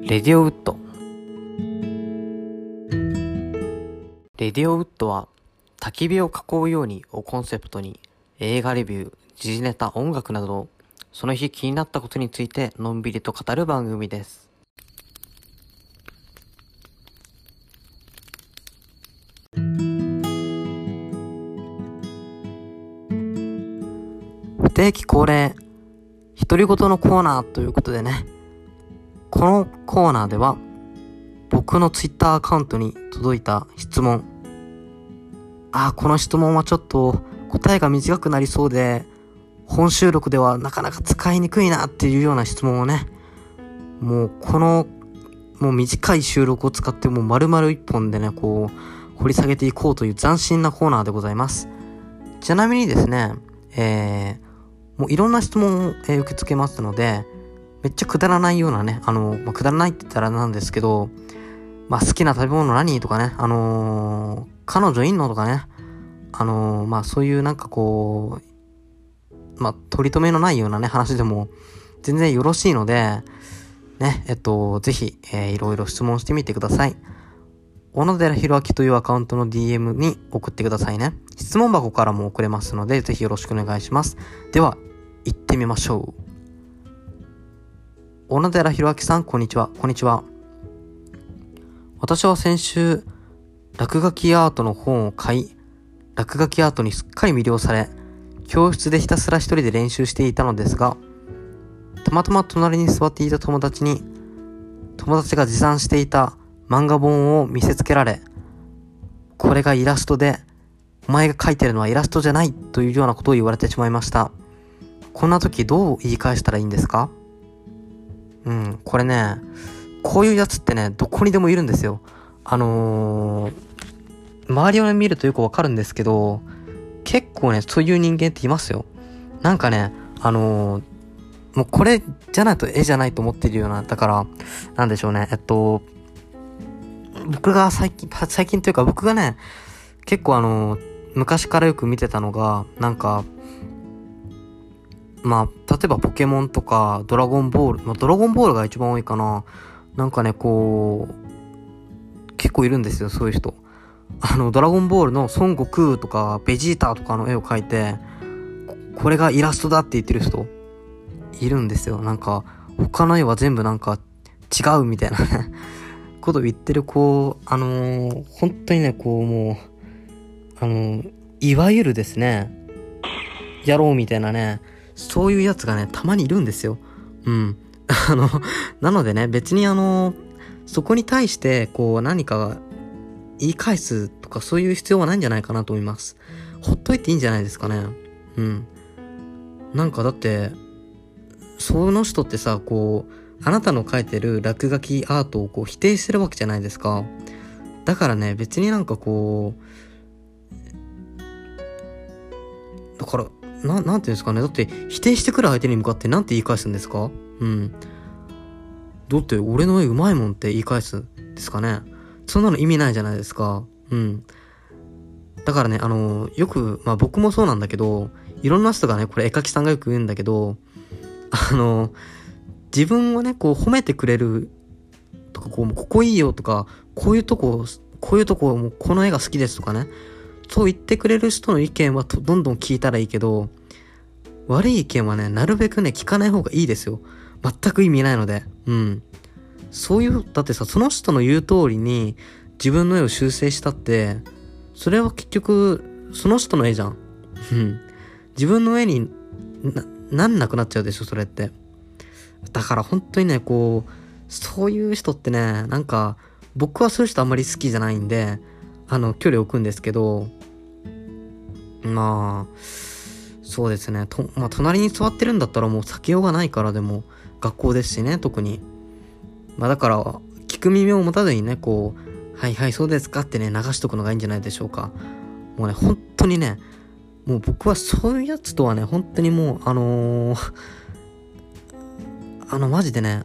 レディオウッド。レディオウッドは焚き火を囲うようにをコンセプトに映画レビュー、時事ネタ、音楽などその日気になったことについてのんびりと語る番組です。不定期恒例独り言のコーナーということでね、このコーナーでは僕のツイッターアカウントに届いた質問、この質問はちょっと答えが短くなりそうで本収録ではなかなか使いにくいなっていうような質問をね、もう短い収録を使ってもう丸々一本でね掘り下げていこうという斬新なコーナーでございます。ちなみにですね、もういろんな質問を、受け付けますので、めっちゃくだらないようなね、くだらないって言ったらなんですけど、好きな食べ物何とかね、彼女いんのとかね、そういう取り留めのないようなね、話でも全然よろしいので、ね、ぜひ、いろいろ質問してみてください。小野寺弘明というアカウントの DM に送ってくださいね。質問箱からも送れますので、ぜひよろしくお願いします。では、行ってみましょう。小野寺弘明さん、こんにちは。こんにちは。私は先週、落書きアートの本を買い、落書きアートにすっかり魅了され、教室でひたすら一人で練習していたのですが、たまたま隣に座っていた友達が持参していた漫画本を見せつけられ、これがイラストで、お前が描いてるのはイラストじゃないというようなことを言われてしまいました。こんな時どう言い返したらいいんですか？これね、こういうやつってね、どこにでもいるんですよ。周りを見るとよくわかるんですけど、結構ね、そういう人間っていますよ。もうこれじゃないと絵じゃないと思ってるような、だから、なんでしょうね、僕が最近というか僕がね、結構昔からよく見てたのが、例えばポケモンとかドラゴンボール、ドラゴンボールが一番多いかな。結構いるんですよ、そういう人。ドラゴンボールの孫悟空とかベジータとかの絵を描いて、これがイラストだって言ってる人いるんですよ。他の絵は全部違うみたいなねことを言ってる本当にね、いわゆるですね、やろうみたいなね、そういうやつがね、たまにいるんですよ。なのでね、別にそこに対して何か言い返すとかそういう必要はないんじゃないかなと思います。ほっといていいんじゃないですかね。だってその人ってさ、あなたの描いてる落書きアートを否定してるわけじゃないですか。だからね、別にだからなんていうんですかね。だって否定してくる相手に向かってなんて言い返すんですか？だって俺の絵うまいもんって言い返すんですかね。そんなの意味ないじゃないですか。だからね、よく僕もそうなんだけど、いろんな人がね、これ絵描きさんがよく言うんだけど、自分をね褒めてくれるとか、ここいいよとか、こういうとこもこの絵が好きですとかね、そう言ってくれる人の意見はどんどん聞いたらいいけど、悪い意見はね、なるべくね聞かない方がいいですよ。全く意味ないので。だってさ、その人の言う通りに自分の絵を修正したって、それは結局その人の絵じゃん。自分の絵になんなくなっちゃうでしょ、それって。だから本当にね、そういう人ってね、僕はそういう人あんまり好きじゃないんで、距離を置くんですけど、そうですね。隣に座ってるんだったらもう避けようがないから、でも学校ですしね、特に。だから聞く耳を持たずにね、はいはいそうですかってね、流しとくのがいいんじゃないでしょうか。もうね、本当にね、もう僕はそういうやつとはね、本当にもうマジでね、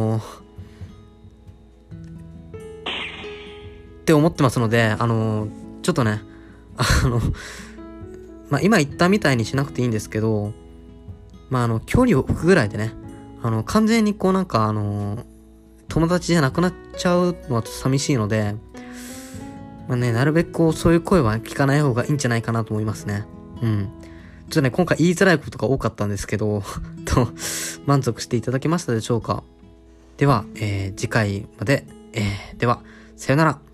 って思ってますので、ちょっとね、今言ったみたいにしなくていいんですけど、距離を置くぐらいでね、完全に友達じゃなくなっちゃうのは寂しいので、なるべくそういう声は聞かない方がいいんじゃないかなと思いますね。ちょっとね、今回言いづらいことが多かったんですけど、満足していただけましたでしょうか。では、次回まで、では、さよなら。